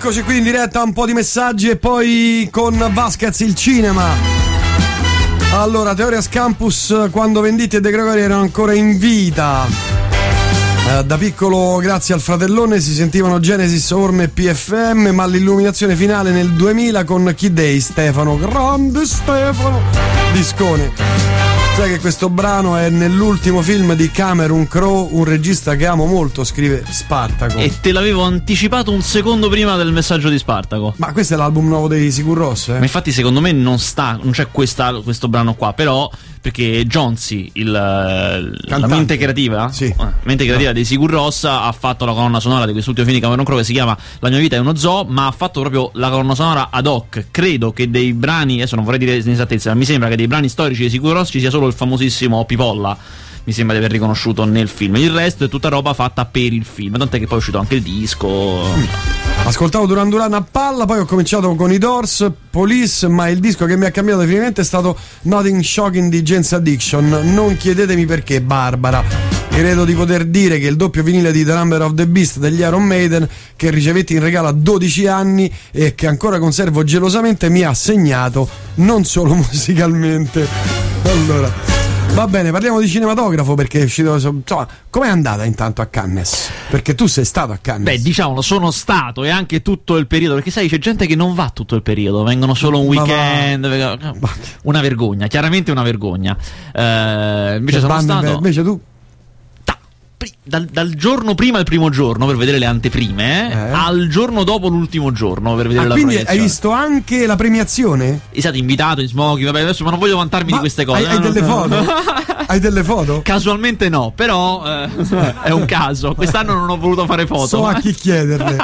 Eccoci qui in diretta, un po' di messaggi e poi con Vasquez il cinema. Allora, Teorias Campus, quando Venditti e De Gregori erano ancora in vita. Da piccolo, grazie al fratellone, si sentivano Genesis, Orme e PFM, ma l'illuminazione finale nel 2000 con Kid Day, Stefano, grande Stefano, discone. Sai che questo brano è nell'ultimo film di Cameron Crowe, un regista che amo molto, scrive Spartaco. E te l'avevo anticipato un secondo prima del messaggio di Spartaco. Ma questo è l'album nuovo dei Sigur Rós, Ma infatti secondo me non c'è questo brano qua, però perché Jonsi, la mente creativa, dei Sigur Rós, ha fatto la colonna sonora di quest'ultimo film di Cameron Crowe che si chiama La mia vita è uno zoo, ma ha fatto proprio la colonna sonora ad hoc. Credo che dei brani, adesso non vorrei dire inesattezza, ma mi sembra che dei brani storici dei Sigur Rós ci sia solo il famosissimo Pipolla, mi sembra di aver riconosciuto nel film. Il resto è tutta roba fatta per il film, tant'è che poi è uscito anche il disco. Ascoltavo Duran Duran a palla, poi ho cominciato con i Doors, Police, ma il disco che mi ha cambiato definitivamente è stato Nothing Shocking di Jane's Addiction. Non chiedetemi perché, Barbara. Credo di poter dire che il doppio vinile di The Number of the Beast degli Iron Maiden, che ricevetti in regalo a 12 anni e che ancora conservo gelosamente, mi ha segnato non solo musicalmente. Allora, va bene, parliamo di cinematografo, perché è uscito, insomma, com'è andata intanto a Cannes? Perché tu sei stato a Cannes. Beh, diciamolo, sono stato, e anche tutto il periodo, perché sai, c'è gente che non va tutto il periodo, vengono solo un weekend, una vergogna, chiaramente una vergogna. Invece sono stato. Invece tu? Dal giorno prima il primo giorno per vedere le anteprime, al giorno dopo l'ultimo giorno per vedere la quindi premiazione. Hai visto anche la premiazione? È stato invitato in smoking, vabbè, adesso ma non voglio vantarmi di queste cose. Hai delle foto? Hai delle foto? Casualmente no, però è un caso. Quest'anno non ho voluto fare foto. So a chi chiederle.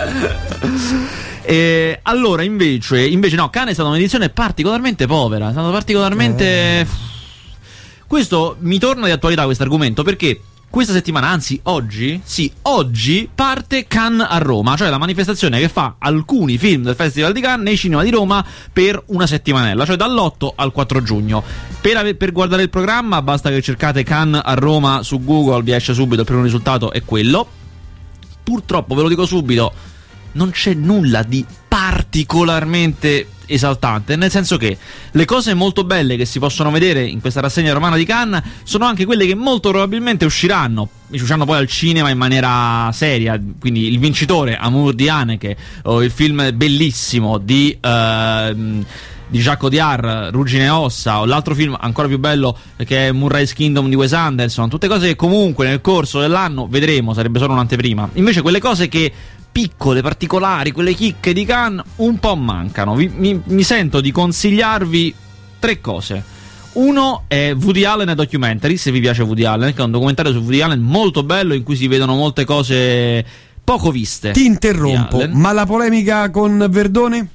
Allora invece no, Cannes è stata un'edizione particolarmente povera, è stata particolarmente Questo mi torna di attualità, questo argomento, perché questa settimana, anzi oggi parte Cannes a Roma, cioè la manifestazione che fa alcuni film del Festival di Cannes nei cinema di Roma per una settimanella, cioè dall'8 al 4 giugno. Per guardare il programma basta che cercate Cannes a Roma su Google, vi esce subito, il primo risultato è quello. Purtroppo, ve lo dico subito, non c'è nulla di particolarmente esaltante, nel senso che le cose molto belle che si possono vedere in questa rassegna romana di Cannes sono anche quelle che molto probabilmente usciranno poi al cinema in maniera seria, quindi il vincitore Amour di Haneke, o il film bellissimo di Jacques Audiard, Ruggine e Ossa, o l'altro film ancora più bello che è Murray's Kingdom di Wes Anderson, tutte cose che comunque nel corso dell'anno vedremo, sarebbe solo un'anteprima. Invece quelle cose che piccole, particolari, quelle chicche di Cannes un po' mancano. Mi sento di consigliarvi 3 cose. Uno è Woody Allen e Documentary, se vi piace Woody Allen, che è un documentario su Woody Allen molto bello, in cui si vedono molte cose poco viste. Ti interrompo, ma la polemica con Verdone?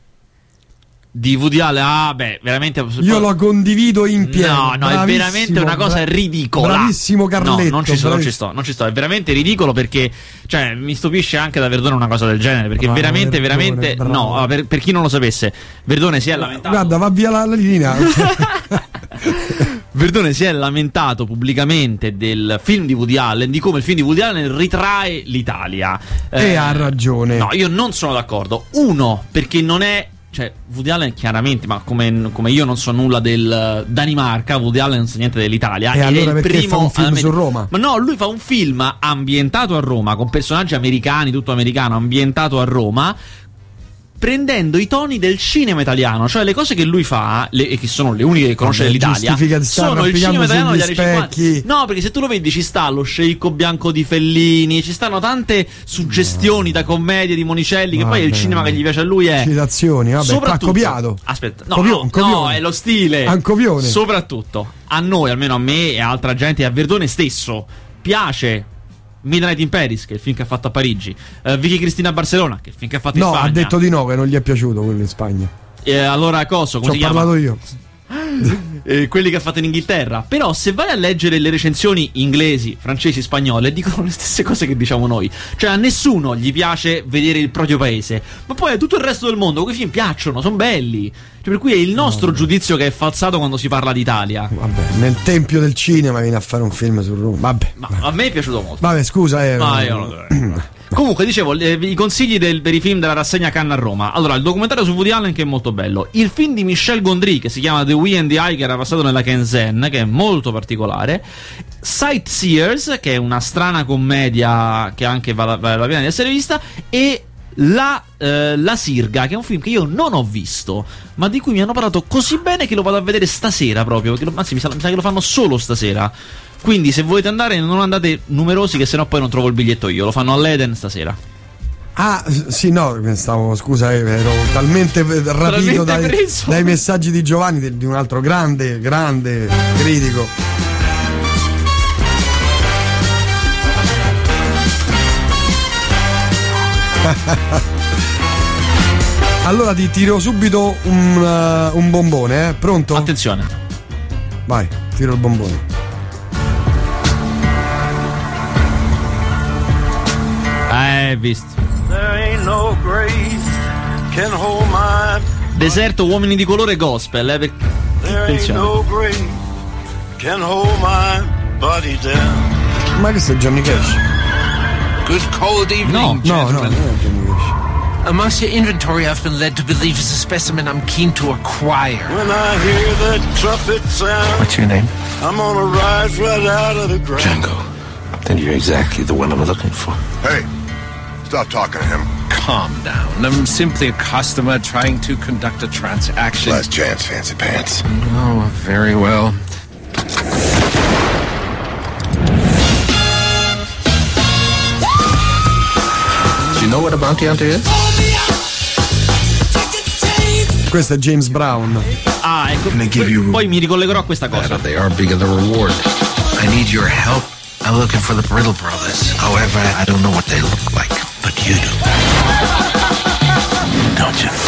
Di Woody Allen, veramente io lo condivido in pieno. No, è veramente una cosa ridicola. Bravissimo Carletto. No, non ci sto, è veramente ridicolo, perché cioè mi stupisce anche da Verdone una cosa del genere, perché veramente no, per chi non lo sapesse, Verdone si è lamentato. Guarda, va via la linea. Verdone si è lamentato pubblicamente del film di Woody Allen, di come il film di Woody Allen ritrae l'Italia. E ha ragione. No, io non sono d'accordo. Uno, perché non è, cioè, Woody Allen chiaramente, ma come io non so nulla del Danimarca, Woody Allen non sa niente dell'Italia. E allora perché fa un film su Roma? Ma no, lui fa un film ambientato a Roma, con personaggi americani, tutto americano, ambientato a Roma, prendendo i toni del cinema italiano, cioè le cose che lui fa, e che sono le uniche che conosce dell'Italia, sono il cinema italiano degli anni 50. No, perché se tu lo vedi ci sta lo sceicco bianco di Fellini, ci stanno tante suggestioni da commedie di Monicelli, che poi è il cinema che gli piace a lui, è citazioni, ha copiato. Aspetta, no, è lo stile. È un copione. Soprattutto a noi, almeno a me e a altra gente, e a Verdone stesso piace Midnight in Paris, che è il film che ha fatto a Parigi, Vicky Cristina a Barcellona, che è il film che ha fatto in Spagna. No, ha detto di no, che non gli è piaciuto quello in Spagna. Allora cosa? Come si chiama? Ci ho parlato io. Quelli che ha fatto in Inghilterra. Però se vai a leggere le recensioni inglesi, francesi, spagnole, dicono le stesse cose che diciamo noi. Cioè a nessuno gli piace vedere il proprio paese, ma poi a tutto il resto del mondo quei film piacciono, sono belli. Cioè, per cui è il nostro giudizio che è falsato quando si parla d'Italia. Vabbè, nel tempio del cinema viene a fare un film su Roma. Vabbè. Ma a me è piaciuto molto. Vabbè, scusa, io non Comunque, dicevo, i consigli per i film della rassegna Cannes a Roma. Allora, il documentario su Woody Allen, che è molto bello. Il film di Michel Gondry, che si chiama The We and the I, che era passato nella Shenzhen, che è molto particolare. Sightseers, che è una strana commedia che anche vale la pena di essere vista. E La Sirga, che è un film che io non ho visto, ma di cui mi hanno parlato così bene che lo vado a vedere stasera proprio. Anzi, mi sa che lo fanno solo stasera. Quindi se volete andare non andate numerosi, che sennò poi non trovo il biglietto io. Lo fanno all'Eden stasera. Ah, sì, no, scusa, ero talmente rapito dai messaggi di Giovanni, di un altro grande critico. Allora ti tiro subito un bombone, pronto? Attenzione. Vai, tiro il bombone. Visto. Deserto, uomini di colore, gospel, attenzione. Ma questo è Johnny Cash? Good cold evening, no, gentlemen. No, non è Johnny Cash. Amongst your inventory, I've been led to believe is a specimen I'm keen to acquire. When I hear that trumpet sound, What's your name? I'm gonna rise right out of the ground. Django. Then you're exactly the one I'm looking for. Hey, stop talking to him. Calm down. I'm simply a customer trying to conduct a transaction. Last chance, fancy pants. Oh, very well. Do you know what a bounty hunter is? Questo è James Brown. Ah, ecco. Poi mi ricollegherò a questa cosa. Better they are, bigger the reward. I need your help. I'm looking for the Brittle Brothers. However, I don't know what they look like, but you do. Don't you?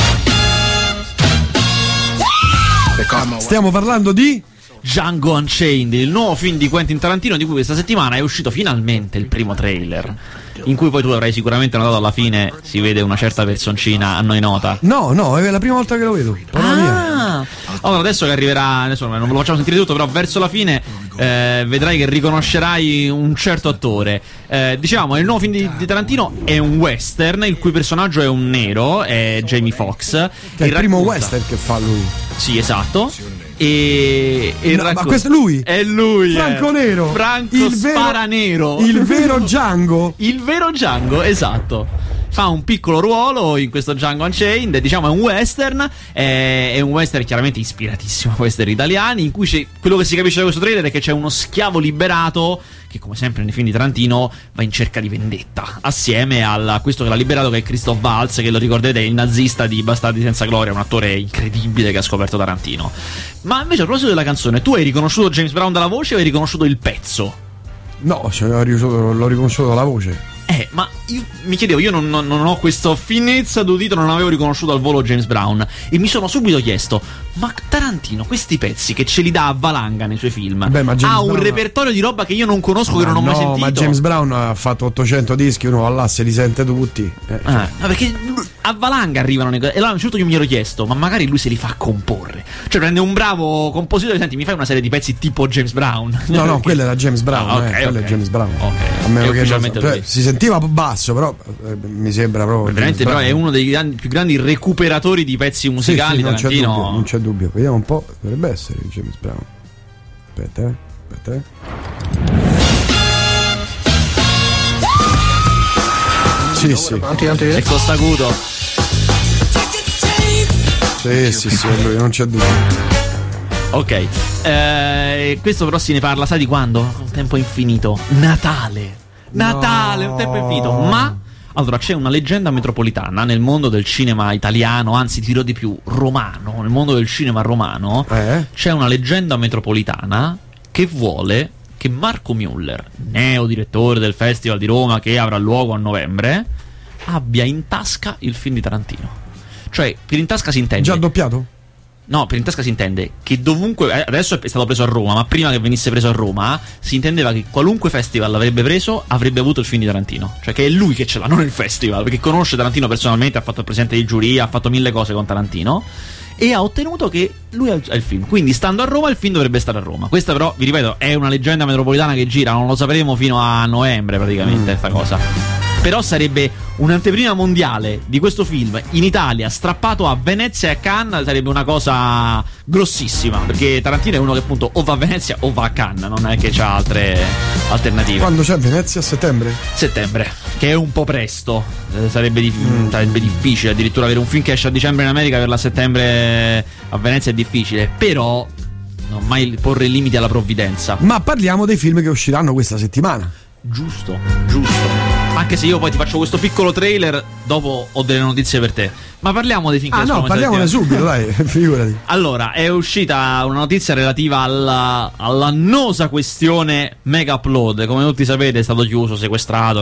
Stiamo parlando di Django Unchained, il nuovo film di Quentin Tarantino, di cui questa settimana è uscito finalmente il primo trailer, in cui poi tu avrai sicuramente notato alla fine si vede una certa personcina a noi nota. No, è la prima volta che lo vedo. Allora adesso che arriverà, adesso non ve lo facciamo sentire tutto, però verso la fine vedrai che riconoscerai un certo attore. Diciamo, il nuovo film di Tarantino è un western, il cui personaggio è un nero, è Jamie Foxx, che è il primo western che fa lui. Sì, esatto. Ma questo è lui? È lui. Franco Nero. Franco Sparanero. Il vero Django. Il vero Django, esatto. Fa un piccolo ruolo in questo Django Unchained. Diciamo è un western. È un western chiaramente ispiratissimo a western italiani, in cui quello che si capisce da questo trailer è che c'è uno schiavo liberato che, come sempre nei film di Tarantino, va in cerca di vendetta assieme a questo che l'ha liberato, che è Christoph Waltz, che lo ricordate è il nazista di Bastardi senza gloria, un attore incredibile che ha scoperto Tarantino. Ma invece a proposito della canzone, tu hai riconosciuto James Brown dalla voce o hai riconosciuto il pezzo? No, l'ho riconosciuto dalla voce. Ma io mi chiedevo, io non ho questa finezza d'udito, non avevo riconosciuto al volo James Brown e mi sono subito chiesto: ma Tarantino questi pezzi che ce li dà a valanga nei suoi film, ha un repertorio di roba che io non conosco, che non ho mai sentito? Ma James Brown ha fatto 800 dischi, uno allà se li sente tutti. Perché a valanga arrivano e allora a un certo io mi ero chiesto: ma magari lui se li fa comporre, cioè prende un bravo compositore e senti, mi fai una serie di pezzi tipo James Brown? No, quello era James Brown. Quello è James Brown. A meno che si sentiva basso, però mi sembra proprio veramente, però è uno dei più grandi recuperatori di pezzi musicali. Sì, Tarantino. non c'è dubbio. Vediamo un po', dovrebbe essere James Brown. Aspetta. Sì. E Costa Acuto. Sì, lui, non c'è dubbio. Ok, questo però se ne parla, sai di quando? Un tempo infinito. Natale, un tempo infinito. Ma allora c'è una leggenda metropolitana nel mondo del cinema italiano, anzi ti dirò di più, romano. Nel mondo del cinema romano c'è una leggenda metropolitana che vuole che Marco Müller, neo direttore del Festival di Roma che avrà luogo a novembre, abbia in tasca il film di Tarantino. Cioè, per in tasca si intende... Già doppiato? No, per in tasca si intende che dovunque, adesso è stato preso a Roma, ma prima che venisse preso a Roma si intendeva che qualunque festival l'avrebbe preso avrebbe avuto il film di Tarantino. Cioè che è lui che ce l'ha, non il festival, perché conosce Tarantino personalmente, ha fatto il presidente di giuria, ha fatto 1000 cose con Tarantino e ha ottenuto che lui ha il film. Quindi stando a Roma il film dovrebbe stare a Roma. Questa però, vi ripeto, è una leggenda metropolitana che gira, non lo sapremo fino a novembre praticamente sta cosa. Però sarebbe un'anteprima mondiale di questo film in Italia, strappato a Venezia e a Cannes, sarebbe una cosa grossissima, perché Tarantino è uno che appunto o va a Venezia o va a Cannes, non è che c'ha altre alternative. Quando c'è Venezia? A settembre? Settembre, che è un po' presto, sarebbe difficile addirittura avere un film che esce a dicembre in America, averla a settembre a Venezia è difficile, però non mai porre limiti alla provvidenza. Ma parliamo dei film che usciranno questa settimana. Giusto. Anche se io poi ti faccio questo piccolo trailer, dopo ho delle notizie per te. Ma parliamo dei film che escono. No, parliamone subito, dai, figurati. Allora, è uscita una notizia relativa all'annosa questione Mega Upload. Come tutti sapete è stato chiuso, sequestrato.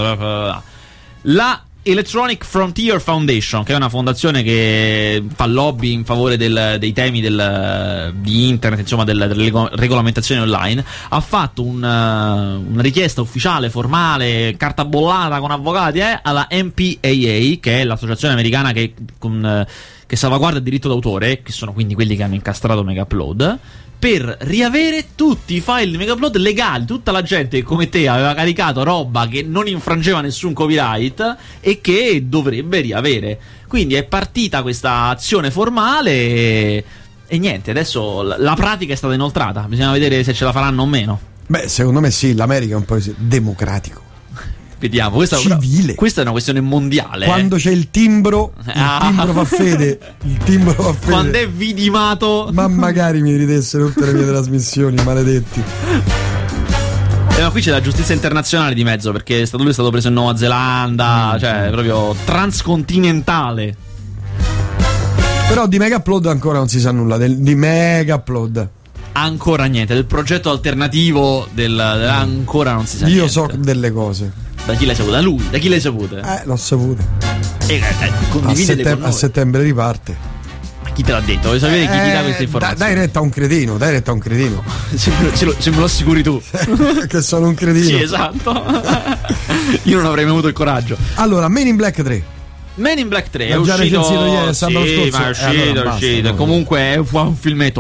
La Electronic Frontier Foundation, che è una fondazione che fa lobby in favore dei temi di internet, insomma della regolamentazione online, ha fatto una richiesta ufficiale, formale, carta bollata con avvocati alla MPAA, che è l'associazione americana che salvaguarda il diritto d'autore, che sono quindi quelli che hanno incastrato Mega Upload, per riavere tutti i file di Mega Upload legali, tutta la gente che come te aveva caricato roba che non infrangeva nessun copyright e che dovrebbe riavere. Quindi è partita questa azione formale e niente, adesso la pratica è stata inoltrata, bisogna vedere se ce la faranno o meno. Beh, secondo me sì, l'America è un po' democratico. Vediamo, civile. Questa è una questione mondiale. Quando c'è il timbro fa fede. Il timbro fa fede. Quando è vidimato. Ma magari mi ridessero tutte le mie trasmissioni, maledetti. Ma qui c'è la giustizia internazionale di mezzo, perché lui è stato preso in Nuova Zelanda, cioè proprio transcontinentale. Però di Mega Upload ancora non si sa nulla. Di Mega Upload ancora niente. Del progetto alternativo ancora non si sa niente. Io so delle cose. Da chi l'hai saputo? Da lui? Da chi l'hai sapute? L'ho saputo. Condividete a settembre riparte. Ma chi te l'ha detto? Vuoi sapere chi ti dà queste informazioni? Dai retta a un cretino. Se me lo assicuri tu. Che sono un cretino. Sì, esatto. Io non avrei mai avuto il coraggio. Allora, Men in Black 3. Men in Black 3 è già uscito ieri, sabato scorso. Ma è uscito. Comunque è un filmetto.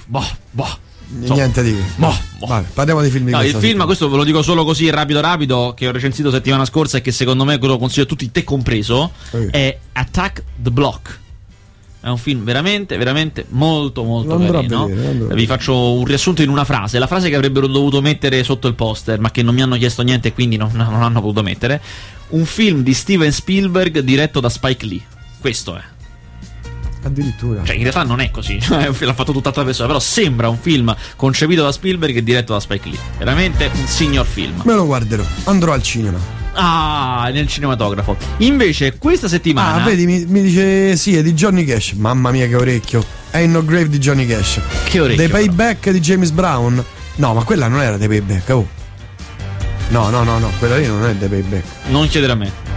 Niente di Vabbè, parliamo dei film di il film, questo ve lo dico solo così rapido, che ho recensito settimana scorsa e che secondo me lo consiglio a tutti, te compreso, è Attack the Block. È un film veramente molto carino. Vi faccio un riassunto in una frase, la frase che avrebbero dovuto mettere sotto il poster, ma che non mi hanno chiesto niente e quindi non hanno potuto mettere. Un film di Steven Spielberg diretto da Spike Lee. Questo è. Addirittura. Cioè in realtà non è così, l'ha fatto tutt'altra persona, però sembra un film concepito da Spielberg e diretto da Spike Lee. Veramente un signor film. Me lo guarderò, andrò al cinema. Nel cinematografo. Invece questa settimana vedi, mi dice sì, è di Johnny Cash. Mamma mia che orecchio. Ain't No Grave di Johnny Cash. Che orecchio. The Payback di James Brown. No, ma quella non era The Payback. No, quella lì non è The Payback. Non chiedere a me.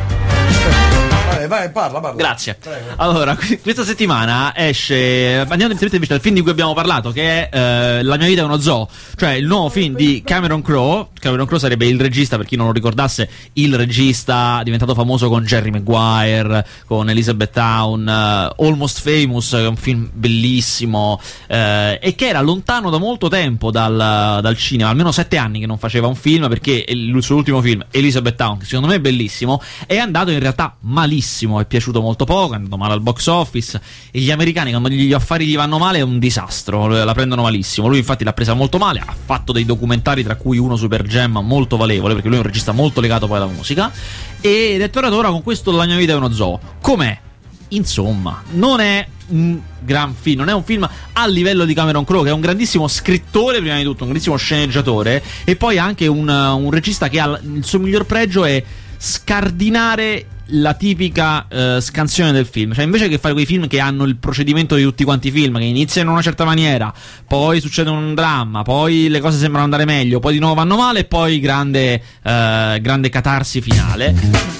Vai, parla. Grazie. Prego. Allora, questa settimana esce. Andiamo direttamente invece al film di cui abbiamo parlato, che è La mia vita è uno zoo. Cioè il nuovo film di Cameron Crowe. Cameron Crowe sarebbe il regista, per chi non lo ricordasse, il regista diventato famoso con Jerry Maguire, con Elizabeth Town, Almost Famous, che è un film bellissimo, e che era lontano da molto tempo dal cinema, almeno 7 anni che non faceva un film, perché il suo ultimo film, Elizabeth Town, che secondo me è bellissimo, è andato in realtà malissimo, è piaciuto molto poco, è andato male al box office, e gli americani, quando gli affari gli vanno male, è un disastro, la prendono malissimo. Lui infatti l'ha presa molto male, ha fatto dei documentari, tra cui uno Super Gem molto valevole, perché lui è un regista molto legato poi alla musica, ed è tornato ora con questo La mia vita è uno zoo. Com'è? Insomma, non è un gran film, non è un film a livello di Cameron Crowe, che è un grandissimo scrittore prima di tutto, un grandissimo sceneggiatore, e poi anche un regista che ha il suo miglior pregio è scardinare la tipica scansione del film. Cioè invece che fare quei film che hanno il procedimento di tutti quanti i film, che iniziano in una certa maniera, poi succede un dramma, poi le cose sembrano andare meglio, poi di nuovo vanno male e poi grande catarsi finale.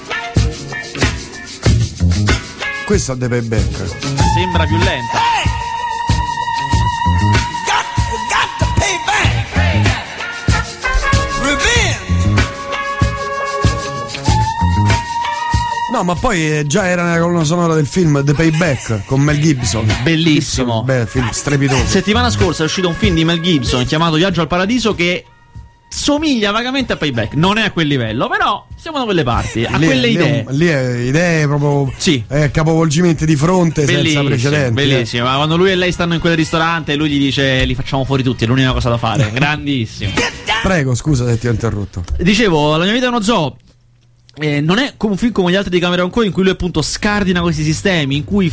Questo è The Payback. Sembra più lenta. Got to pay back. Revenge. No, ma poi già era nella colonna sonora del film The Payback con Mel Gibson. Bellissimo. Beh, film strepitoso. Settimana scorsa è uscito un film di Mel Gibson chiamato Viaggio al Paradiso, che somiglia vagamente a Payback, non è a quel livello, però siamo da quelle parti, a quelle idee. Lì è idee proprio, sì. Capovolgimenti di fronte senza precedenti. Bellissimo, ma quando lui e lei stanno in quel ristorante, lui gli dice li facciamo fuori tutti, è l'unica cosa da fare. Grandissimo. Prego, scusa se ti ho interrotto. Dicevo, La mia vita è uno zoo. Non è come un film come gli altri di Cameron Crowe in cui lui appunto scardina questi sistemi, in cui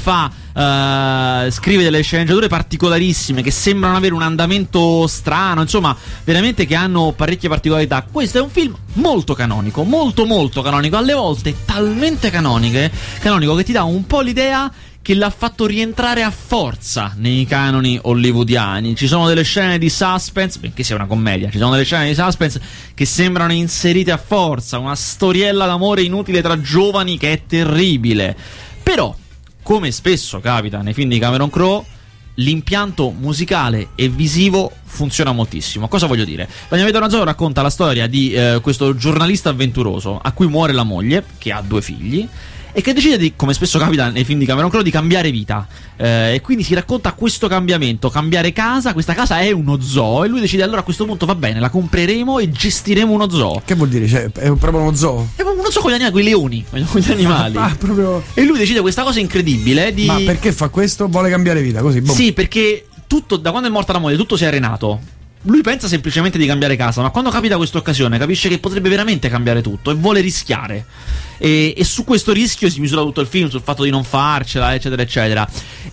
scrive delle sceneggiature particolarissime che sembrano avere un andamento strano, insomma veramente che hanno parecchie particolarità. Questo è un film molto canonico, molto molto canonico, alle volte talmente canonico che ti dà un po' l'idea che l'ha fatto rientrare a forza nei canoni hollywoodiani. Ci sono delle scene di suspense, benché sia una commedia, ci sono delle scene di suspense che sembrano inserite a forza, una storiella d'amore inutile tra giovani che è terribile. Però, come spesso capita nei film di Cameron Crowe, l'impianto musicale e visivo funziona moltissimo. Cosa voglio dire? La mia vita è una zoo racconta la storia di questo giornalista avventuroso a cui muore la moglie, che ha 2 figli, e che decide di, come spesso capita nei film di Cameron Crowe, di cambiare vita, e quindi si racconta questo cambiamento, cambiare casa. Questa casa è uno zoo e lui decide allora a questo punto va bene, la compreremo e gestiremo uno zoo. Che vuol dire? Cioè, è proprio uno zoo? È uno zoo con gli animali, con i leoni, con gli animali. Proprio... E lui decide questa cosa incredibile di... Ma perché fa questo? Vuole cambiare vita, così? Boom. Sì, perché tutto, da quando è morta la moglie, tutto si è arenato. Lui pensa semplicemente di cambiare casa, ma quando capita questa occasione capisce che potrebbe veramente cambiare tutto e vuole rischiare. E su questo rischio si misura tutto il film, sul fatto di non farcela, eccetera, eccetera.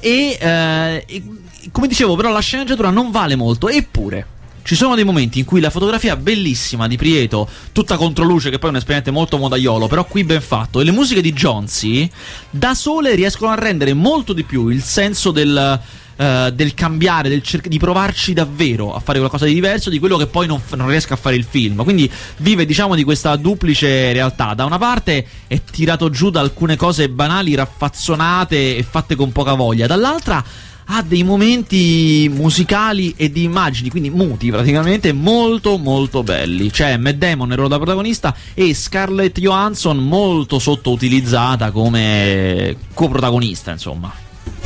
E come dicevo, però la sceneggiatura non vale molto, eppure ci sono dei momenti in cui la fotografia bellissima di Prieto, tutta contro luce, che poi è un espediente molto modaiolo, però qui ben fatto, e le musiche di Jonsi da sole riescono a rendere molto di più il senso del cambiare, di provarci davvero a fare qualcosa di diverso di quello che poi non riesca a fare il film. Quindi vive, diciamo, di questa duplice realtà. Da una parte è tirato giù da alcune cose banali, raffazzonate e fatte con poca voglia, dall'altra ha dei momenti musicali e di immagini, quindi muti praticamente, molto molto belli. C'è Matt Damon nel ruolo da protagonista e Scarlett Johansson molto sottoutilizzata come coprotagonista, insomma.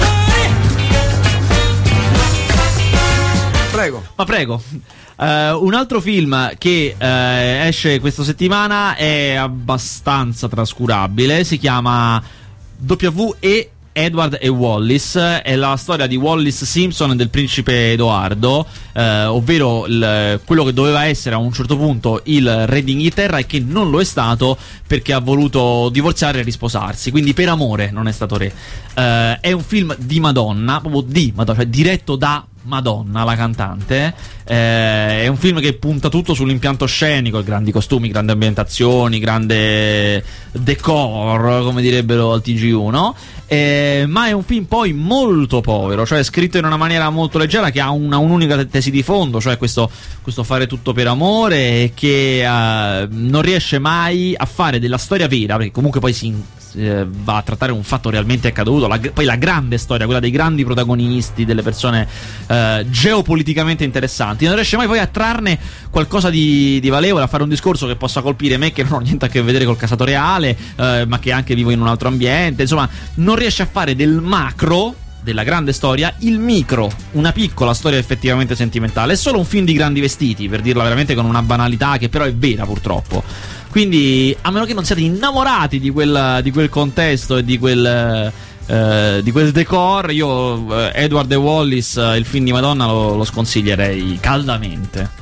Prego. Ma prego. Un altro film che esce questa settimana è abbastanza trascurabile, si chiama W.E. Edward e Wallis, è la storia di Wallis Simpson e del principe Edoardo, ovvero quello che doveva essere a un certo punto il re d'Inghilterra e che non lo è stato perché ha voluto divorziare e risposarsi, quindi per amore non è stato re. È un film di Madonna, proprio di Madonna, cioè diretto da Madonna, la cantante. È un film che punta tutto sull'impianto scenico, grandi costumi, grandi ambientazioni, grande decor, come direbbero al TG1, ma è un film poi molto povero, cioè scritto in una maniera molto leggera, che ha un'unica tesi di fondo, cioè questo fare tutto per amore, e che non riesce mai a fare della storia vera, perché comunque poi va a trattare un fatto realmente accaduto, poi la grande storia, quella dei grandi protagonisti, delle persone geopoliticamente interessanti, non riesce mai poi a trarne qualcosa di valevole, a fare un discorso che possa colpire me, che non ho niente a che vedere col casato reale, ma che anche vivo in un altro ambiente. Insomma, non riesce a fare del macro, della grande storia, il micro, una piccola storia effettivamente sentimentale. È solo un film di grandi vestiti, per dirla veramente con una banalità che però è vera, purtroppo. Quindi, a meno che non siate innamorati di quel contesto e di quel decor, io Edward e Wallis, il film di Madonna, lo sconsiglierei caldamente.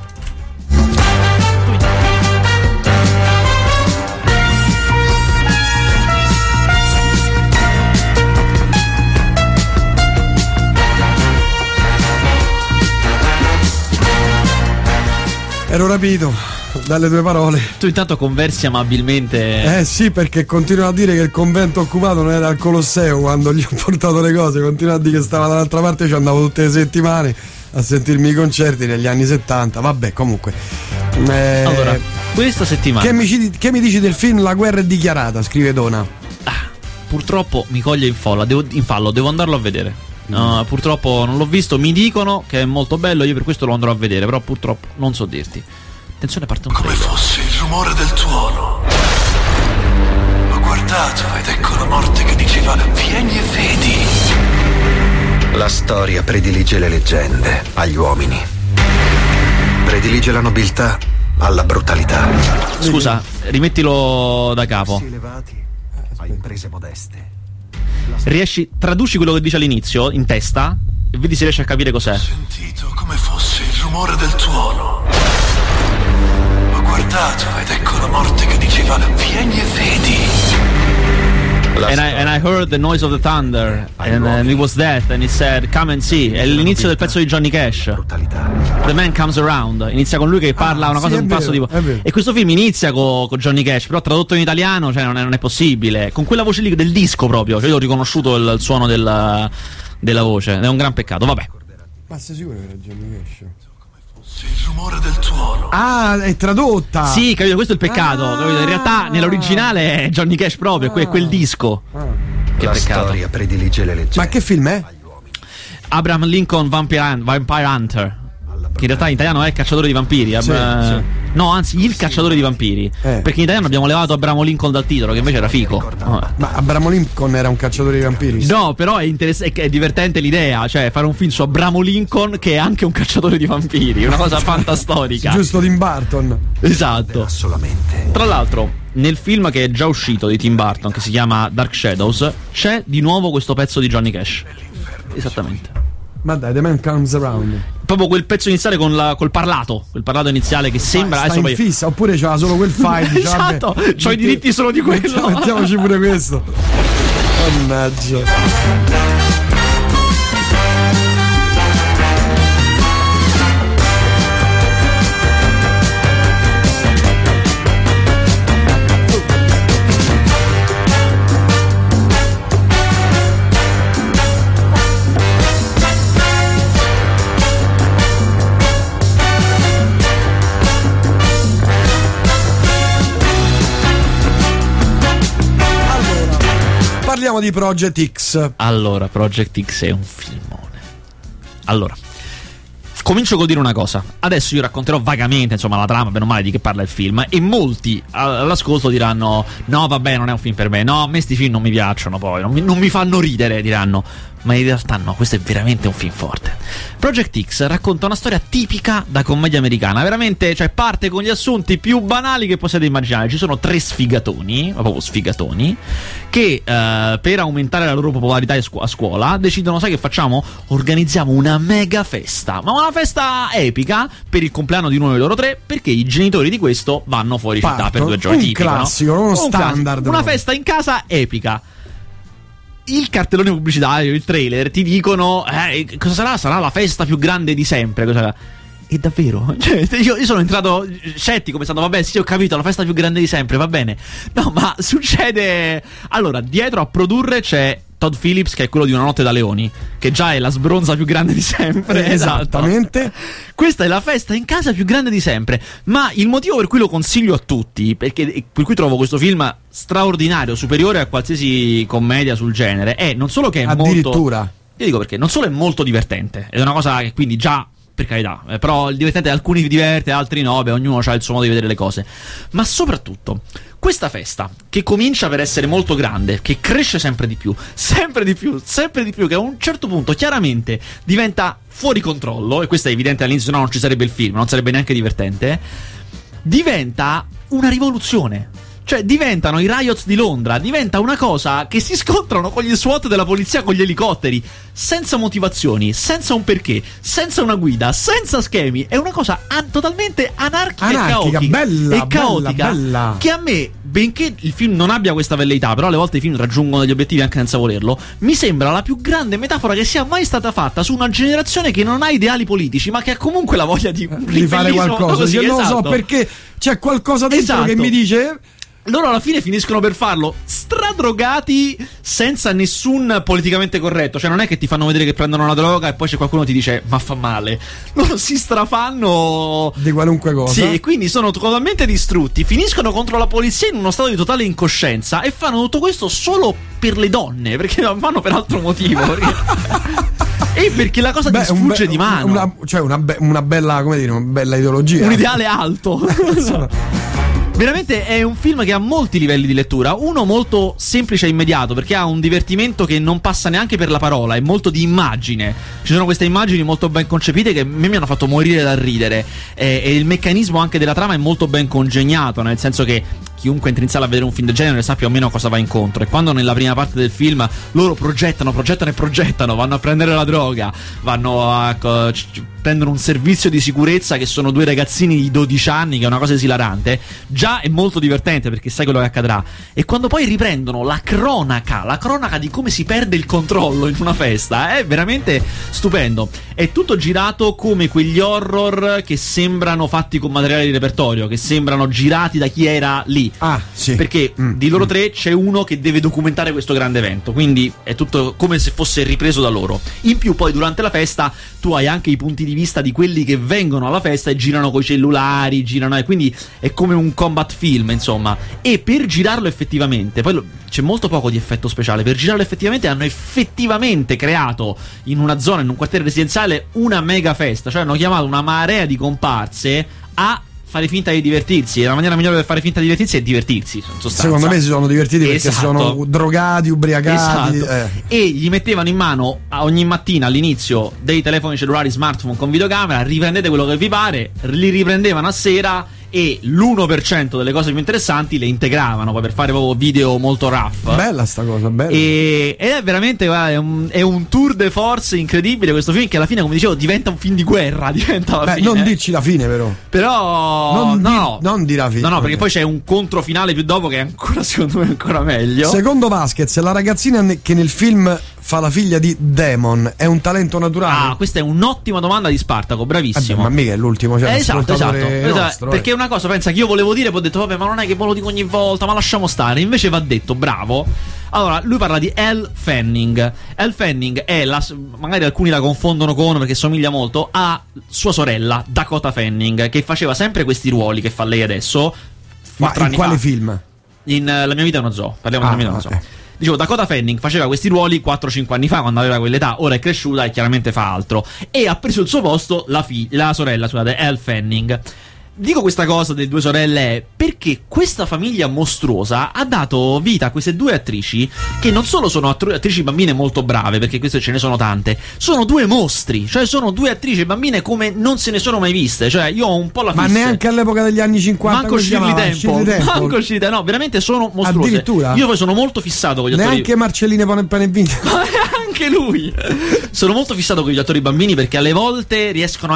Ero rapito dalle tue parole. Tu intanto conversi amabilmente. Sì, perché continuano a dire che il convento occupato non era al Colosseo quando gli ho portato le cose. Continuano a dire che stava dall'altra parte. Io ci andavo tutte le settimane a sentirmi i concerti negli anni 70. Vabbè, comunque. Allora, questa settimana che mi dici del film La guerra è dichiarata? Scrive Dona. Purtroppo mi coglie in fallo, devo andarlo a vedere. No, purtroppo non l'ho visto. Mi dicono che è molto bello, io per questo lo andrò a vedere, però purtroppo non so dirti. Attenzione, parte un trailer. Come fosse il rumore del tuono. L'ho guardato ed ecco la morte che diceva: vieni e vedi. La storia predilige le leggende agli uomini. Predilige la nobiltà alla brutalità. Scusa, rimettilo da capo. Elevati a imprese modeste. Traduci quello che dice all'inizio in testa e vedi se riesci a capire cos'è. Ho sentito come fosse il rumore del tuono. Ho guardato ed ecco la morte che diceva vieni e vedi. And I heard the noise of the thunder and it was that and it said come and see. È l'inizio del pezzo di Johnny Cash. The Man Comes Around. Inizia con lui che parla una cosa, un passo tipo. E questo film inizia con Johnny Cash, però tradotto in italiano, cioè non è possibile. Con quella voce lì del disco proprio. Cioè io ho riconosciuto il suono della voce. È un gran peccato, vabbè. Ma sei sicuro che era Johnny Cash? Il rumore del tuono. Ah, è tradotta. Sì, capito, questo è il peccato, capito? In realtà nell'originale è Johnny Cash proprio, è quel disco. Che la peccato. storia predilige le leggende. Ma che film è? Abraham Lincoln Vampire Hunter. Che in realtà in italiano è Cacciatore di vampiri. Sì. No, anzi, il Cacciatore di vampiri. Perché in italiano abbiamo levato Abramo Lincoln dal titolo, che invece era fico. Ma Abramo Lincoln era un cacciatore di vampiri? No, però è divertente l'idea, cioè fare un film su Abramo Lincoln che è anche un cacciatore di vampiri, una cosa fantastorica. Giusto, Tim Burton. Esatto. Solamente. Tra l'altro, nel film che è già uscito di Tim Burton, che si chiama Dark Shadows, c'è di nuovo questo pezzo di Johnny Cash. Esattamente. Ma dai, The Man Comes Around. Proprio quel pezzo iniziale col parlato. Quel parlato iniziale che sembra. Sta in fissa, oppure c'era solo quel file. Esatto, c'ho i diritti solo di quello. Mettiamoci pure questo. Mannaggia. Parliamo di Project X. Allora, Project X è un filmone. Allora, comincio col dire una cosa. Adesso io racconterò vagamente, insomma, la trama, bene o male, di che parla il film. E molti all'ascolto diranno: no, vabbè, non è un film per me. No, a me sti film non mi piacciono, poi non mi fanno ridere, diranno. Ma in realtà no, questo è veramente un film forte. Project X racconta una storia tipica da commedia americana. Veramente, cioè, parte con gli assunti più banali che possiate immaginare. Ci sono 3 sfigatoni, ma proprio sfigatoni, che per aumentare la loro popolarità a scuola decidono: sai che facciamo? Organizziamo una mega festa. Ma una festa epica per il compleanno di uno dei loro 3, perché i genitori di questo vanno fuori città per 2 giorni. Un tipico, classico, no? uno standard. Una festa in casa epica. Il cartellone pubblicitario, il trailer ti dicono cosa sarà? Sarà la festa più grande di sempre. E davvero? Cioè, io sono entrato scettico pensando: vabbè, sì, ho capito, la festa più grande di sempre, va bene. No, ma succede. Allora, dietro a produrre c'è Todd Phillips, che è quello di Una notte da leoni, che già è la sbronza più grande di sempre. Esattamente. Esatto. Questa è la festa in casa più grande di sempre. Ma il motivo per cui lo consiglio a tutti, per cui trovo questo film straordinario, superiore a qualsiasi commedia sul genere, è non solo che è addirittura molto. Io dico perché non solo è molto divertente, è una cosa che quindi già, per carità, però il divertente alcuni diverte, altri no, beh, ognuno ha il suo modo di vedere le cose. Ma soprattutto questa festa, che comincia per essere molto grande, che cresce sempre di più, che a un certo punto chiaramente diventa fuori controllo, e questo è evidente all'inizio, no, non ci sarebbe il film, non sarebbe neanche divertente, diventa una rivoluzione. Cioè diventano i riots di Londra, diventa una cosa che si scontrano con gli SWAT della polizia, con gli elicotteri, senza motivazioni, senza un perché, senza una guida, senza schemi. È una cosa totalmente anarchica e caotica, bella. che a me, benché il film non abbia questa velleità, però alle volte i film raggiungono degli obiettivi anche senza volerlo, mi sembra la più grande metafora che sia mai stata fatta su una generazione che non ha ideali politici, ma che ha comunque la voglia di fare qualcosa. Così, io non esatto. lo so perché c'è qualcosa dentro che mi dice. Loro alla fine finiscono per farlo stradrogati, senza nessun politicamente corretto. Cioè non è che ti fanno vedere che prendono una droga e poi c'è qualcuno che ti dice ma fa male. Loro si strafanno di qualunque cosa. Sì, e quindi sono totalmente distrutti. Finiscono contro la polizia in uno stato di totale incoscienza e fanno tutto questo solo per le donne, perché non fanno per altro motivo. E perché la cosa ti sfugge di mano. Una bella, come dire, una bella ideologia. Un ideale alto. Veramente è un film che ha molti livelli di lettura. Uno molto semplice e immediato, perché ha un divertimento che non passa neanche per la parola, è molto di immagine. Ci sono queste immagini molto ben concepite che a me mi hanno fatto morire dal ridere, e il meccanismo anche della trama è molto ben congegnato, nel senso che chiunque entri in sala a vedere un film del genere sa più o meno a cosa va incontro. E quando nella prima parte del film loro progettano, vanno a prendere la droga, prendono un servizio di sicurezza che sono due ragazzini di 12 anni, che è una cosa esilarante, già è molto divertente perché sai quello che accadrà. E quando poi riprendono la cronaca di come si perde il controllo in una festa, è veramente stupendo. È tutto girato come quegli horror che sembrano fatti con materiale di repertorio, che sembrano girati da chi era lì. Sì. Perché di loro tre c'è uno che deve documentare questo grande evento, quindi è tutto come se fosse ripreso da loro. In più poi durante la festa tu hai anche i punti di vista di quelli che vengono alla festa e girano coi cellulari, e quindi è come un combat film, insomma. E per girarlo effettivamente, poi c'è molto poco di effetto speciale, per girarlo effettivamente hanno effettivamente creato in una zona, in un quartiere residenziale, una mega festa, cioè hanno chiamato una marea di comparse a fare finta di divertirsi, e la maniera migliore per fare finta di divertirsi è divertirsi, in sostanza. Secondo me si sono divertiti perché sono drogati, ubriacati. E gli mettevano in mano ogni mattina all'inizio dei telefoni cellulari, smartphone con videocamera, riprendete quello che vi pare, li riprendevano a sera e l'1% delle cose più interessanti le integravano poi per fare proprio video molto rough. Bella sta cosa, bella. Ed è veramente è un tour de force incredibile questo film, che alla fine, come dicevo, diventa un film di guerra, diventa la fine. Non dici la fine però non di la fine. No, perché poi c'è un controfinale più dopo che è ancora, secondo me, ancora meglio. Secondo Vasquez, la ragazzina che nel film fa la figlia di Damon è un talento naturale? Questa è un'ottima domanda di Spartaco, bravissimo. Ma mica è l'ultimo, cioè esatto. Nostro, perché è una cosa, pensa, che io volevo dire, poi ho detto vabbè, ma non è che ve lo dico ogni volta, ma lasciamo stare. Invece va detto, bravo. Allora, lui parla di Elle Fanning. Elle Fanning è magari alcuni la confondono perché somiglia molto a sua sorella Dakota Fanning, che faceva sempre questi ruoli che fa lei adesso. Ma in quale film? In La mia vita è uno zoo. Parliamo della mia vita è uno zoo. Dicevo, Dakota Fanning faceva questi ruoli 4-5 anni fa, quando aveva quell'età. Ora è cresciuta e chiaramente fa altro, e ha preso il suo posto la sorella, scusate, Elle Fanning. Dico questa cosa delle due sorelle perché questa famiglia mostruosa ha dato vita a queste due attrici, che non solo sono attrici bambine molto brave, perché queste ce ne sono tante, sono due mostri, cioè sono due attrici bambine come non se ne sono mai viste. Cioè io ho un po' la fissa. Ma neanche all'epoca degli anni 50. Manco Shirley Temple. No, veramente sono mostruose. Addirittura? Io poi sono molto fissato con gli attori. Neanche Marcelline Panevini. Anche lui. Sono molto fissato con gli attori bambini, perché alle volte riescono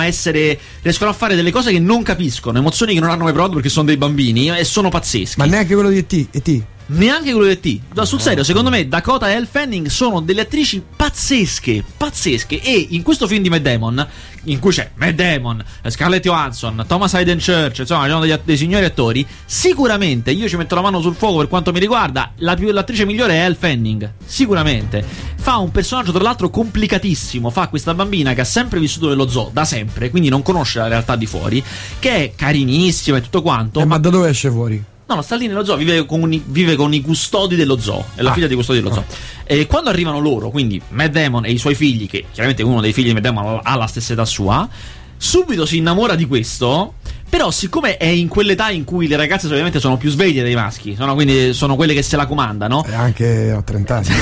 a fare delle cose che non capiscono, emozioni che non hanno mai provato perché sono dei bambini, e sono pazzeschi. Ma neanche quello di E.T. Neanche quello di E.T. No, sul serio, secondo me Dakota e Elle Fanning sono delle attrici pazzesche. E in questo film di Matt Damon, in cui c'è Matt Damon, Scarlett Johansson, Thomas Hayden Church, insomma, ci sono dei signori attori, sicuramente io ci metto la mano sul fuoco per quanto mi riguarda, l'attrice migliore è Elle Fanning, sicuramente. Fa un personaggio tra l'altro complicatissimo, fa questa bambina che ha sempre vissuto nello zoo, da sempre, quindi non conosce la realtà di fuori, che è carinissima e tutto quanto. Ma da dove esce fuori? No, sta lì nello zoo, vive con i custodi dello zoo, è la figlia dei custodi dello zoo. E quando arrivano loro, quindi Matt Damon e i suoi figli, che chiaramente uno dei figli di Matt Damon ha la stessa età sua, subito si innamora di questo. Però siccome è in quell'età in cui le ragazze solitamente sono più sveglie dei maschi, quindi sono quelle che se la comandano. E anche a 30 anni.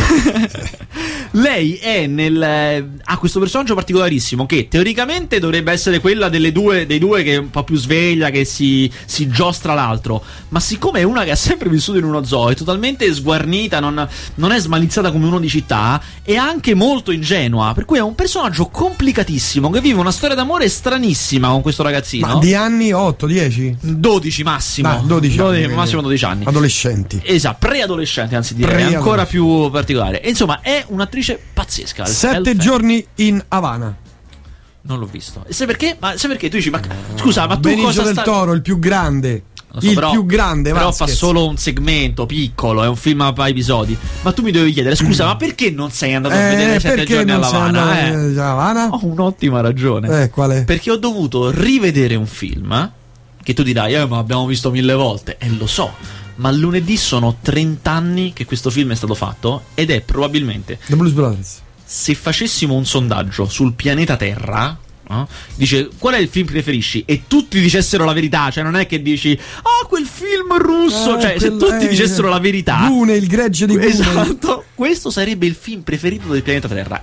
Lei ha questo personaggio particolarissimo, che teoricamente dovrebbe essere quella dei due che è un po' più sveglia, che si giostra l'altro. Ma siccome è una che ha sempre vissuto in uno zoo, è totalmente sguarnita, non è smaliziata come uno di città, è anche molto ingenua. Per cui è un personaggio complicatissimo, che vive una storia d'amore stranissima con questo ragazzino. Ma di anni 8, 10? 12 massimo. 12 anni, massimo 12 anni. Adolescenti. Esatto, preadolescenti, anzi direi, ancora più particolare. E insomma, è un'attrice pazzesca. 7 giorni in Havana. Non l'ho visto. E sai perché? Sai perché? Tu dici, ma scusa, ma tu Benicio cosa del Toro, il più grande. Più grande, però Vasquez. fa solo un segmento piccolo, è un film a episodi. Ma tu mi dovevi chiedere, scusa, ma perché non sei andato a vedere 7 giorni all'Havana? Ho un'ottima ragione. Qual è? Perché ho dovuto rivedere un film che tu dirai, ma abbiamo visto 1000 volte. E lo so, ma lunedì sono 30 anni che questo film è stato fatto, ed è probabilmente The Blues Brothers. Se facessimo un sondaggio sul pianeta Terra, dice qual è il film che preferisci e tutti dicessero la verità, cioè non è che dici quel film russo, cioè se tutti dicessero la verità, Gune, il gregge di Gune, esatto, questo sarebbe il film preferito del pianeta Terra.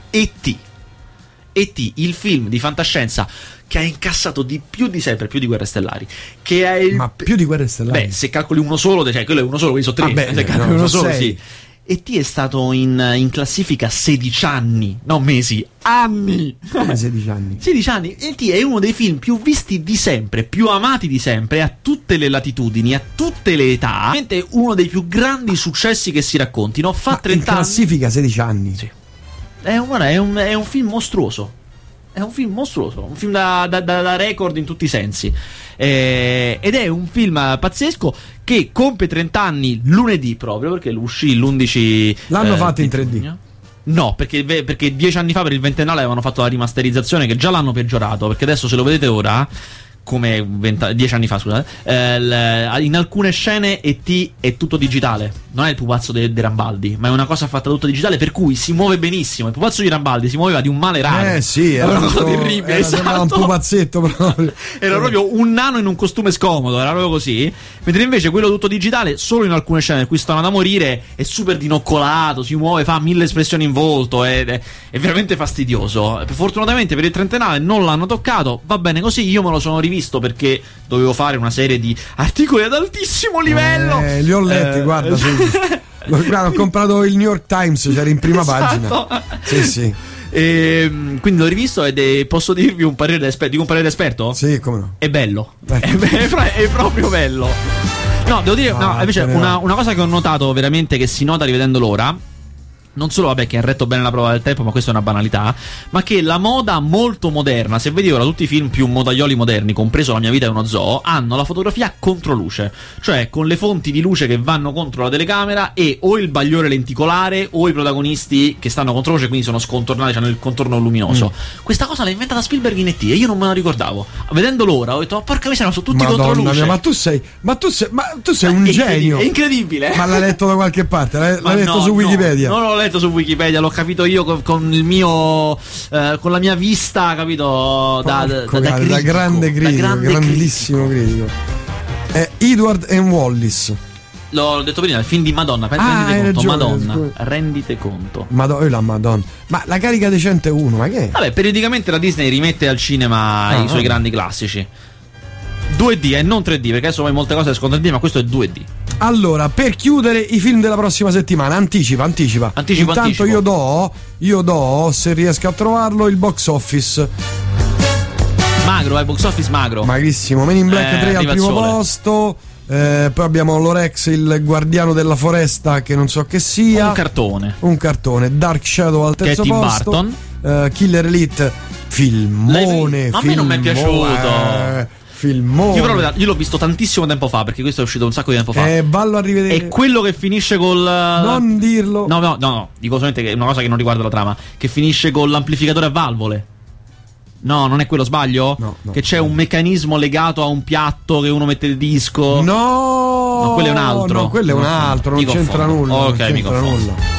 E.T., il film di fantascienza che ha incassato di più di sempre, più di Guerre Stellari, che è ma più di Guerre Stellari, se calcoli uno solo, cioè quello è uno solo, quelli sono 3, se calcoli uno solo, sì. E.T. è stato in classifica 16 anni, non mesi, anni. Come 16 anni? 16 anni. E.T. è uno dei film più visti di sempre, più amati di sempre, a tutte le latitudini, a tutte le età. È uno dei più grandi successi che si raccontino. Fa 30 in classifica 16 anni. Sì. È un film mostruoso. È un film mostruoso, un film da record in tutti i sensi. Ed è un film pazzesco che compie 30 anni lunedì, proprio perché uscì l'11. L'hanno fatto in 3D? No, perché 10 anni fa per il ventennale avevano fatto la rimasterizzazione, che già l'hanno peggiorato, perché adesso se lo vedete ora, come 10 anni fa, scusate, in alcune scene E.T. è tutto digitale. Non è il pupazzo di Rambaldi, ma è una cosa fatta tutto digitale, per cui si muove benissimo. Il pupazzo di Rambaldi si muoveva di un male raro. Sì, era una cosa terribile. Sembrava un pupazzetto proprio. Era proprio un nano in un costume scomodo, era proprio così. Mentre invece quello tutto digitale, solo in alcune scene in cui stanno da morire, è super dinoccolato, si muove, fa 1000 espressioni in volto, è veramente fastidioso. Fortunatamente per il trentennale non l'hanno toccato, va bene così. Io me lo sono rivisto perché dovevo fare una serie di articoli ad altissimo livello. Li ho letti, guarda, sì. Ho comprato il New York Times, c'era in prima pagina. Sì. Quindi l'ho rivisto ed posso dirvi un parere da esperto. Dico un parere da esperto? Sì, come no. È bello. È proprio bello. No, devo dire, invece una cosa che ho notato veramente, che si nota rivedendo l'ora, non solo vabbè che ha retto bene la prova del tempo, ma questa è una banalità, ma che la moda molto moderna, se vedi ora tutti i film più modaioli moderni, compreso La mia vita è uno zoo, hanno la fotografia controluce, cioè con le fonti di luce che vanno contro la telecamera e o il bagliore lenticolare o i protagonisti che stanno contro luce, quindi sono scontornati, hanno il contorno luminoso. Questa cosa l'ha inventata Spielberg in E.T. e io non me la ricordavo. Vedendo l'ora ho detto porca miseria, sono tutti contro luce. Ma tu sei un genio. È incredibile. Ma l'hai letto da qualche parte? L'hai letto su Wikipedia? No, non l'ho letto su Wikipedia, l'ho capito io con il mio con la mia vista, capito, da grande critico, grandissimo critico. Edward and Wallis. L'ho detto prima, il film di Madonna, rendite conto, Madonna, rendite conto. La Madonna. Ma la carica dei 101, ma che è? Vabbè, periodicamente la Disney rimette al cinema i suoi grandi classici. 2D e non 3D, perché adesso molte cose escono 3D, ma questo è 2D. Allora, per chiudere i film della prossima settimana, anticipa. Intanto io do, se riesco a trovarlo, il box office. Magro, box office magro. Magrissimo. Men in Black 3 al primo posto. Poi abbiamo Lorex, il guardiano della foresta, che non so che sia. Un cartone. Dark Shadow al terzo posto. Barton. Killer Elite, filmone. A me non mi è piaciuto. Filmone. Io l'ho visto tantissimo tempo fa, perché questo è uscito un sacco di tempo fa. Vallo a rivedere. È quello che finisce col. Non dirlo. No. Dico solamente che è una cosa che non riguarda la trama. Che finisce con l'amplificatore a valvole. No, non è quello, sbaglio? No. Che c'è un meccanismo legato a un piatto che uno mette il disco. No, quello è un altro. No, quello è un altro, non c'entra nulla. Ok, mi confondo.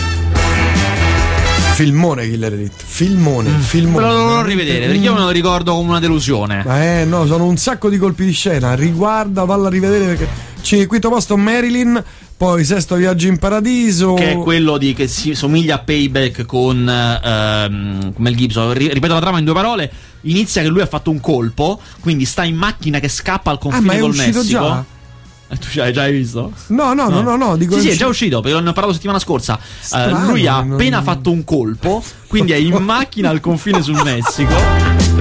Filmone Killer Elite. Filmone. Me lo dovrò rivedere, perché io me lo ricordo come una delusione. No, sono un sacco di colpi di scena. Riguarda, vallo a rivedere, perché quinto posto Marilyn. Poi sesto Viaggio in Paradiso, che è quello che si somiglia a Payback con Mel Gibson. Ripeto la trama in 2 parole. Inizia che lui ha fatto un colpo, quindi sta in macchina che scappa al confine col Messico. Già? Tu già hai visto? No. Dico sì, è già uscito, perché l'ho parlato settimana scorsa. Lui ha appena fatto un colpo, quindi è in macchina al confine sul Messico.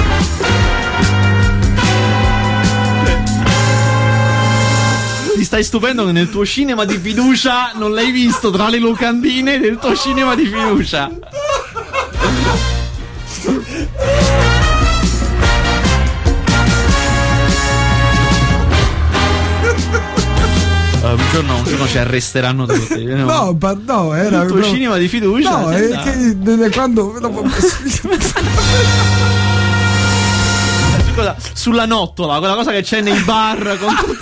Ti stai stupendo che nel tuo cinema di fiducia non l'hai visto tra le locandine del tuo cinema di fiducia. Un giorno ci arresteranno tutti. No, era il tuo cinema di fiducia. No, è che quando sulla nottola, quella cosa che c'è nei bar con tutti.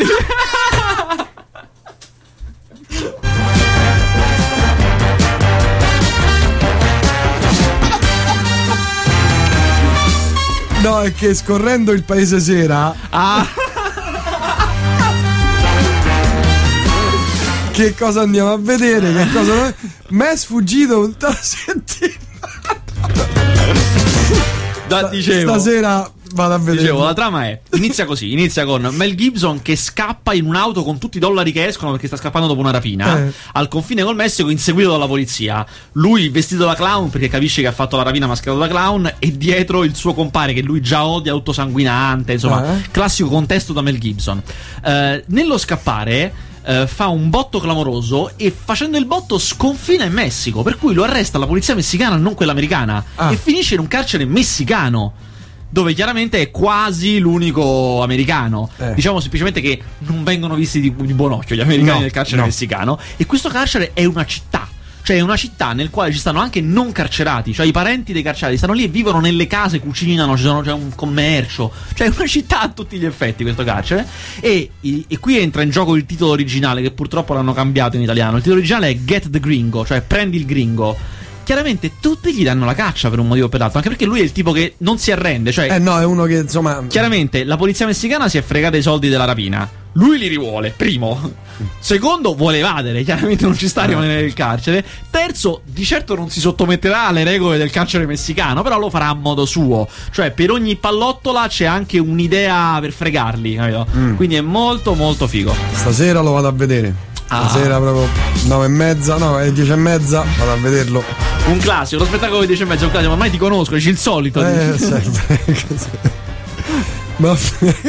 No, è che scorrendo il paese sera. Che cosa andiamo a vedere? Che cosa. Mi è sfuggito tutta la settimana. Dicevo. Stasera vado a vedere. Dicevo, la trama inizia così, inizia con Mel Gibson che scappa in un'auto con tutti i dollari che escono perché sta scappando dopo una rapina al confine col Messico, inseguito dalla polizia. Lui vestito da clown perché capisce che ha fatto la rapina mascherato da clown, e dietro il suo compare che lui già odia, tutto sanguinante, insomma, classico contesto da Mel Gibson. Nello scappare fa un botto clamoroso e facendo il botto sconfina in Messico, per cui lo arresta la polizia messicana, non quella americana, e finisce in un carcere messicano, dove chiaramente è quasi l'unico americano. Diciamo semplicemente che non vengono visti di buon occhio gli americani nel carcere messicano. E questo carcere è una città. Cioè è una città nel quale ci stanno anche non carcerati, cioè i parenti dei carcerati stanno lì e vivono nelle case, cucinano, c'è un commercio, cioè è una città a tutti gli effetti questo carcere. E qui entra in gioco il titolo originale, che purtroppo l'hanno cambiato in italiano. Il titolo originale è Get the Gringo, cioè prendi il gringo. Chiaramente tutti gli danno la caccia per un motivo o per l'altro, anche perché lui è il tipo che non si arrende, cioè no, è uno che insomma. Chiaramente la polizia messicana si è fregata i soldi della rapina, lui li rivuole, primo. Secondo, vuole evadere, chiaramente non ci sta a rimanere nel carcere. Terzo, di certo non si sottometterà alle regole del carcere messicano, però lo farà a modo suo. Cioè per ogni pallottola c'è anche un'idea per fregarli, capito? Quindi è molto molto figo. Stasera lo vado a vedere. Stasera proprio 9:30, no, è 10:30, vado a vederlo. Un classico, lo spettacolo di 10:30 è un classico, ma ormai ti conosco, dici il solito. Sempre. Ma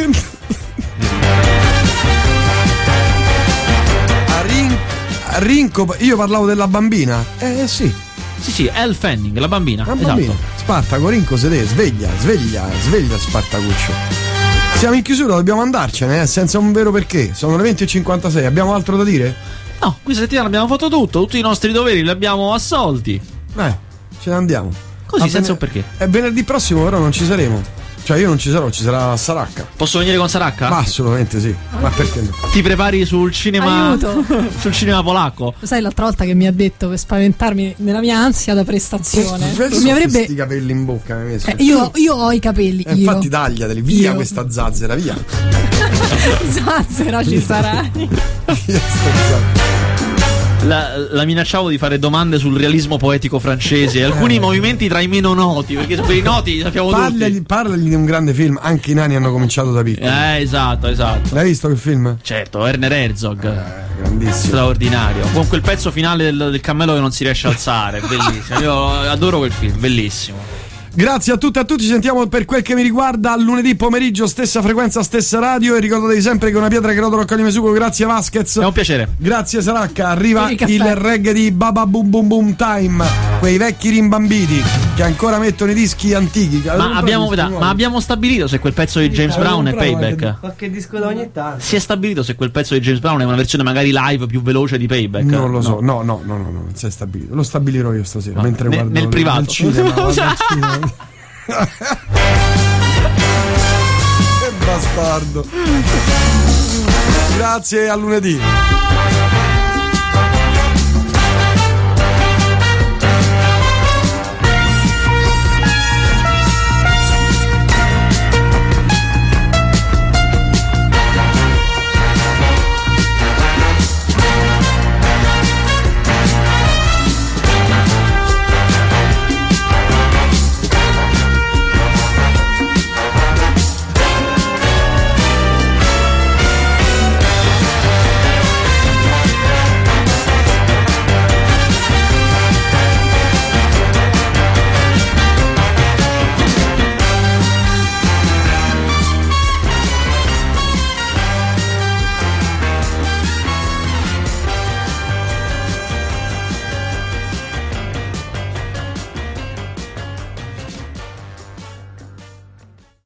Rinco, io parlavo della bambina. Sì. Sì, Elle Fanning, la bambina. La bambina. Esatto. Spartaco, Rinco sedè, sveglia Spartacuccio. Siamo in chiusura, dobbiamo andarcene, senza un vero perché. Sono le 20:56, abbiamo altro da dire? No, questa settimana abbiamo fatto tutto, tutti i nostri doveri li abbiamo assolti. Ce ne andiamo. Così, senza un perché. E venerdì prossimo però non ci saremo. Cioè io non ci sarò, ci sarà Saracca. Posso venire con Saracca? Ma assolutamente sì. Ma perché no? Ti prepari sul cinema. Aiuto. Sul cinema polacco. Lo sai l'altra volta che mi ha detto per spaventarmi nella mia ansia da prestazione? Mi avrebbe questi capelli in bocca mi messo. Io ho i capelli. Infatti tagliateli, via questa zazzera, via. Zazzera ci sarai. La minacciavo di fare domande sul realismo poetico francese, alcuni movimenti tra i meno noti, perché su quelli noti sappiamo tutti. Parlagli di un grande film, anche i nani hanno cominciato da piccoli. Esatto. L'hai visto quel film? Certo, Werner Herzog. Grandissimo. Straordinario. Con quel pezzo finale del cammello che non si riesce a alzare, bellissimo. Io adoro quel film, bellissimo. Grazie a tutti e a tutti, ci sentiamo per quel che mi riguarda lunedì pomeriggio, stessa frequenza, stessa radio, e ricordatevi sempre che una pietra che rotola raccoglie Mesugo. Grazie Vasquez. È un piacere. Grazie Saracca. Arriva il reggae di Baba Boom Boom Boom Time, quei vecchi rimbambiti che ancora mettono i dischi antichi. Ma abbiamo stabilito se quel pezzo di James Brown è Payback? Qualche disco da ogni tanto. Si è stabilito se quel pezzo di James Brown è una versione magari live più veloce di Payback? Non lo so, no, non si è stabilito. Lo stabilirò io stasera, mentre guardo nel privato. Nel cinema. Che bastardo. Grazie, a lunedì.